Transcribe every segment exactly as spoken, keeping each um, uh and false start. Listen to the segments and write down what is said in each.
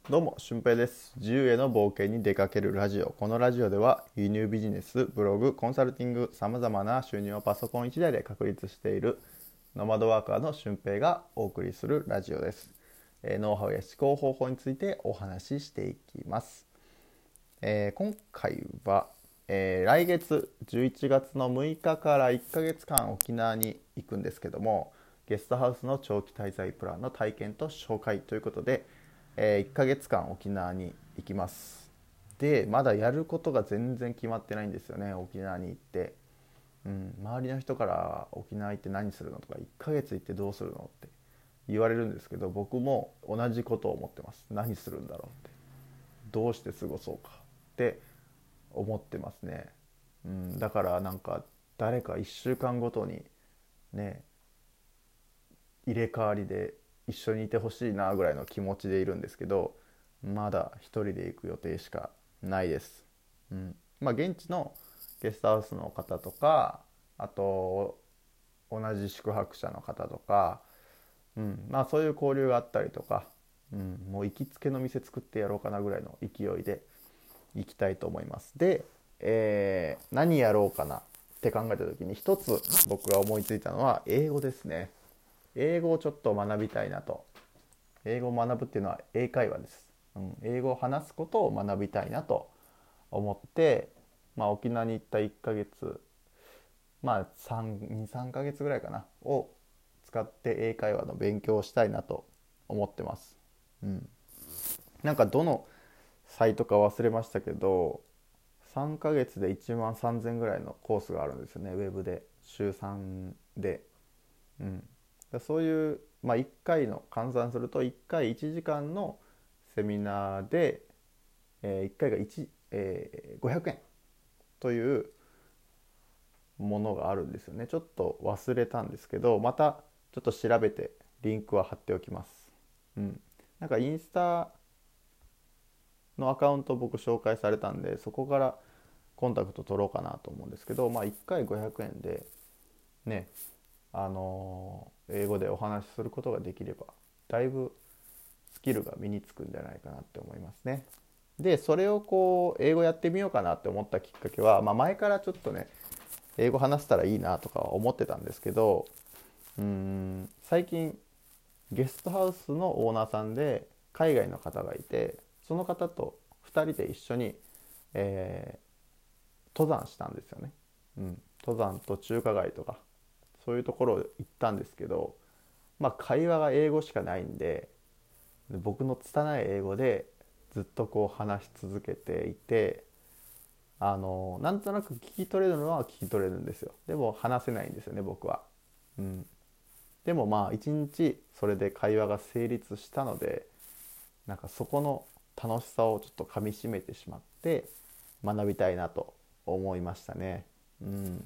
どうも、俊平です。自由への冒険に出かけるラジオ。このラジオでは輸入ビジネス、ブログ、コンサルティング、様々な収入をパソコン一台で確立しているノマドワーカーの俊平がお送りするラジオです。えーノウハウや思考方法についてお話ししていきます。えー今回は、えー来月じゅういちがつのむいかからいっかげつかん沖縄に行くんですけども、ゲストハウスの長期滞在プランの体験と紹介ということで、えーいっかげつかん沖縄に行きます。でまだやることが全然決まってないんですよね。沖縄に行って、うん、周りの人から沖縄行って何するのとかいっかげつ行ってどうするのって言われるんですけど、僕も同じことを思ってます。何するんだろうって、どうして過ごそうかって思ってますね。うん、だからなんか誰かいっしゅうかんごとにね、入れ替わりで一緒にいてほしいなぐらいの気持ちでいるんですけど、まだ一人で行く予定しかないです。うん、まあ現地のゲストハウスの方とか、あと同じ宿泊者の方とか、うん、まあそういう交流があったりとか、うん、もう行きつけの店作ってやろうかなぐらいの勢いで行きたいと思います。で、えー何やろうかなって考えた時に一つ僕が思いついたのは英語ですね。英語をちょっと学びたいなと。英語を学ぶっていうのは英会話です。うん、英語を話すことを学びたいなと思って、まあ、沖縄に行ったいっかげつ、まあにさんかげつぐらいかなを使って英会話の勉強をしたいなと思ってます。うん、なんかどのサイトか忘れましたけど、さんかげつでいちまんさんぜんぐらいのコースがあるんですよね、ウェブで週さんで。うん、そういう、まあ、いっかいの換算するといっかいいちじかんのセミナーで、えー、いっかいがいち、えーごひゃくえんというものがあるんですよね。ちょっと忘れたんですけど、またちょっと調べてリンクは貼っておきます。うん、なんかインスタのアカウントを僕紹介されたんで、そこからコンタクト取ろうかなと思うんですけど、まあいっかいごひゃくえんでね、あのー英語でお話しすることができればだいぶスキルが身につくんじゃないかなって思いますね。でそれをこう英語やってみようかなって思ったきっかけは、まあ、前からちょっとね英語話せたらいいなとかは思ってたんですけど、うーん最近ゲストハウスのオーナーさんで海外の方がいて、その方とふたりで一緒に、えー登山したんですよね。うん、登山と中華街とかそういうところ行ったんですけど、まあ会話が英語しかないんで、僕の拙い英語でずっとこう話し続けていて、あのなんとなく聞き取れるのは聞き取れるんですよ。でも話せないんですよね、僕は。うん、でもまあ一日それで会話が成立したので、なんかそこの楽しさをちょっとかみしめてしまって学びたいなと思いましたね。うん、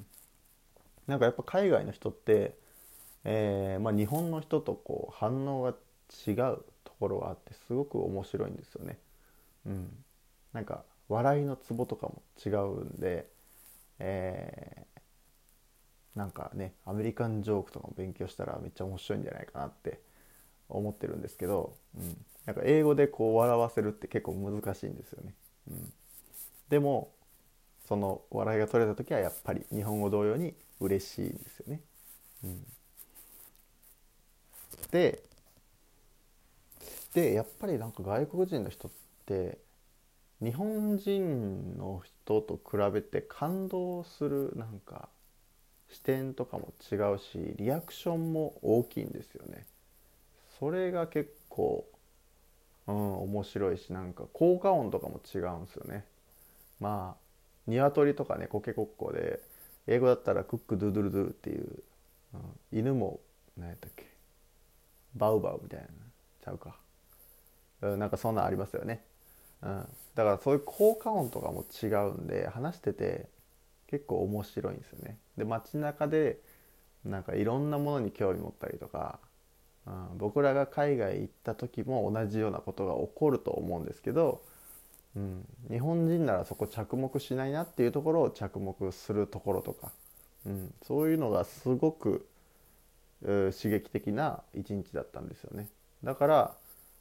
なんかやっぱ海外の人って、えーまあ、日本の人とこう反応が違うところがあってすごく面白いんですよね。うん、なんか笑いのツボとかも違うんで、えーなんかねアメリカンジョークとかも勉強したらめっちゃ面白いんじゃないかなって思ってるんですけど、うん、なんか英語でこう笑わせるって結構難しいんですよね。うん、でもその笑いが取れた時はやっぱり日本語同様に嬉しいんですよね。うん、ででやっぱりなんか外国人の人って日本人の人と比べて感動するなんか視点とかも違うし、リアクションも大きいんですよね。それが結構、うん、面白いし、なんか効果音とかも違うんですよね。まあ鶏とかね、コケコッコーで英語だったらクックドゥドゥルドゥっていう、うん、犬も何やったっけ、バウバウみたいな、ちゃうか、うん、なんかそんなんありますよね。うん、だからそういう効果音とかも違うんで話してて結構面白いんですよね。で街中でなんかいろんなものに興味持ったりとか、うん、僕らが海外行った時も同じようなことが起こると思うんですけど、うん、日本人ならそこ着目しないなっていうところを着目するところとか、うん、そういうのがすごく刺激的な一日だったんですよね。だから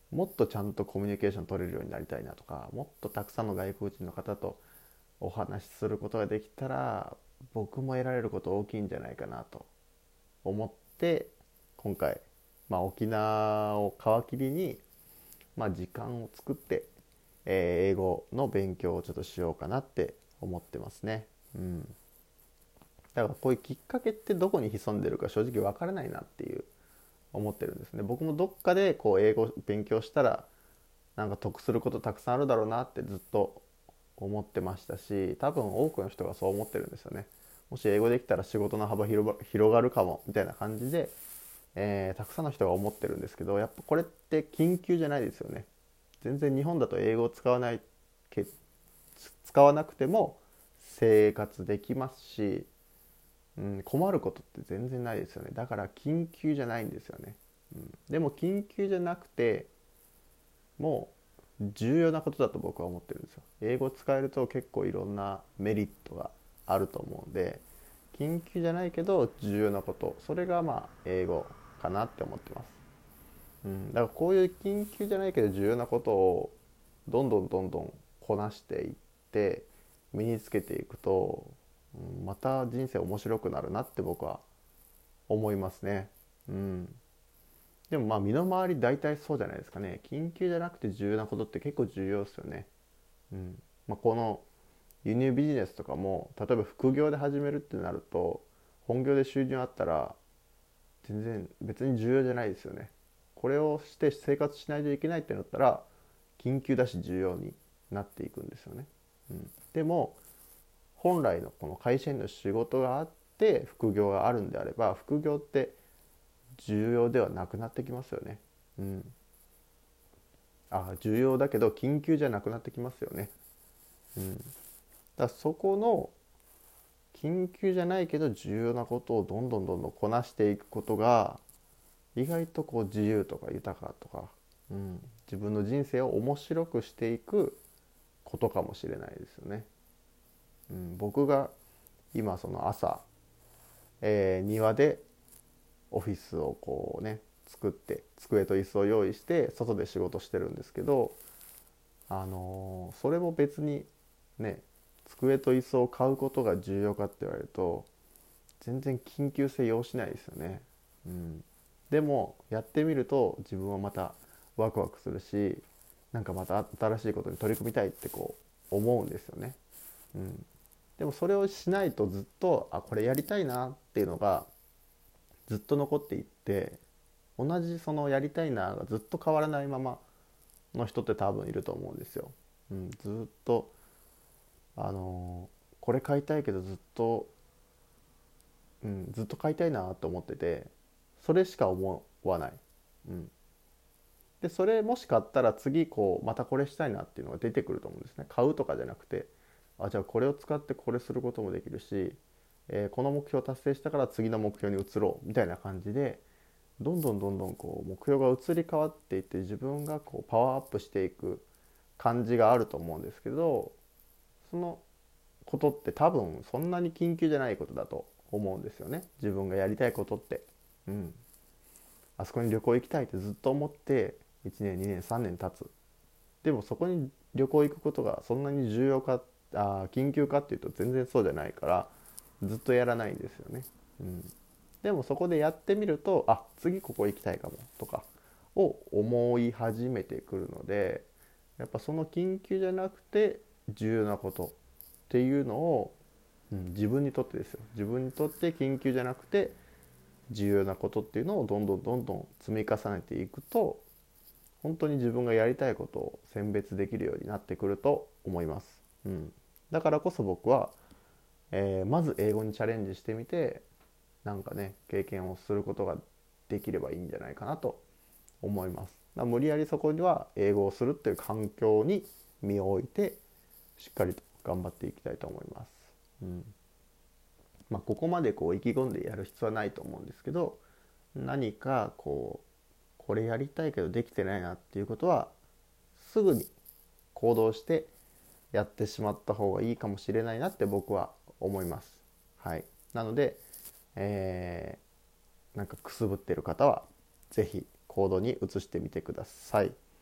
もっとちゃんとコミュニケーション取れるようになりたいなとか、もっとたくさんの外国人の方とお話しすることができたら僕も得られること大きいんじゃないかなと思って今回、まあ、沖縄を皮切りに、まあ、時間を作って、えー英語の勉強をちょっとしようかなって思ってますね。うん、だからこういうきっかけってどこに潜んでるか正直わからないなっていう思ってるんですね。僕もどっかでこう英語勉強したらなんか得することたくさんあるだろうなってずっと思ってましたし、多分多くの人がそう思ってるんですよね。もし英語できたら仕事の幅広がるかもみたいな感じで、えーたくさんの人が思ってるんですけど、やっぱこれって緊急じゃないですよね。全然日本だと英語を使わないけ使わなくても生活できますし、うん、困ることって全然ないですよね。だから緊急じゃないんですよね。うん、でも緊急じゃなくてもう重要なことだと僕は思ってるんですよ。英語使えると結構いろんなメリットがあると思うんで、緊急じゃないけど重要なこと、それがまあ英語かなって思ってます。うん、だからこういう緊急じゃないけど重要なことをどんどんどんどんこなしていって身につけていくと、うん、また人生面白くなるなって僕は思いますね。うん、でもまあ身の回り大体そうじゃないですかね。緊急じゃなくて重要なことって結構重要ですよね。うんまあ、この輸入ビジネスとかも例えば副業で始めるってなると本業で収入あったら全然別に重要じゃないですよね。これをして生活しないといけないってなったら緊急だし重要になっていくんですよね。うん、でも本来のこの会社員の仕事があって副業があるんであれば副業って重要ではなくなってきますよね。うん、あ重要だけど緊急じゃなくなってきますよね。うん、だからそこの緊急じゃないけど重要なことをどんどんどんどんこなしていくことが意外とこう自由とか豊かとか、うん、自分の人生を面白くしていくことかもしれないですよね。うん、僕が今その朝、えー庭でオフィスをこうね作って机と椅子を用意して外で仕事してるんですけど、あのーそれも別にね机と椅子を買うことが重要かって言われると全然緊急性要しないですよね。うん、でもやってみると自分はまたワクワクするし、なんかまた新しいことに取り組みたいってこう思うんですよね。うん、でもそれをしないとずっとあこれやりたいなっていうのがずっと残っていって、同じそのやりたいながずっと変わらないままの人って多分いると思うんですよ。うん、ずっとあのーこれ買いたいけどずっと、うん、ずっと買いたいなと思っててそれしか思わない。うん、でそれもし買ったら次こうまたこれしたいなっていうのが出てくると思うんですね。買うとかじゃなくて、あじゃあこれを使ってこれすることもできるし、えーこの目標を達成したから次の目標に移ろうみたいな感じでどんどんどんどんこう目標が移り変わっていって自分がこうパワーアップしていく感じがあると思うんですけど、そのことって多分そんなに緊急じゃないことだと思うんですよね。自分がやりたいことって、うん、あそこに旅行行きたいってずっと思っていちねんにねんさんねん経つ。でもそこに旅行行くことがそんなに重要かあ緊急かっていうと全然そうじゃないからずっとやらないんですよね。うん、でもそこでやってみるとあ次ここ行きたいかもとかを思い始めてくるので、やっぱその緊急じゃなくて重要なことっていうのを、うん、自分にとってですよ、自分にとって緊急じゃなくて重要なことっていうのをどんどんどんどん積み重ねていくと本当に自分がやりたいことを選別できるようになってくると思います。うん、だからこそ僕は、えーまず英語にチャレンジしてみてなんかね経験をすることができればいいんじゃないかなと思います。だから無理やりそこには英語をするっていう環境に身を置いてしっかりと頑張っていきたいと思います。うんまあ、ここまでこう意気込んでやる必要はないと思うんですけど、何かこうこれやりたいけどできてないなっていうことはすぐに行動してやってしまった方がいいかもしれないなって僕は思います。はい、なので、えー、なんかくすぶってる方はぜひ行動に移してみてください。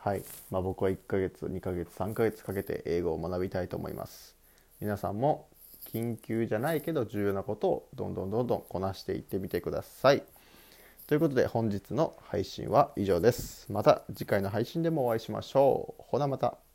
はい、まあ、僕はいっかげつにかげつさんかげつかけて英語を学びたいと思います。皆さんも緊急じゃないけど重要なことをどんどんどんどんこなしていってみてください。ということで本日の配信は以上です。また次回の配信でもお会いしましょう。ほなまた。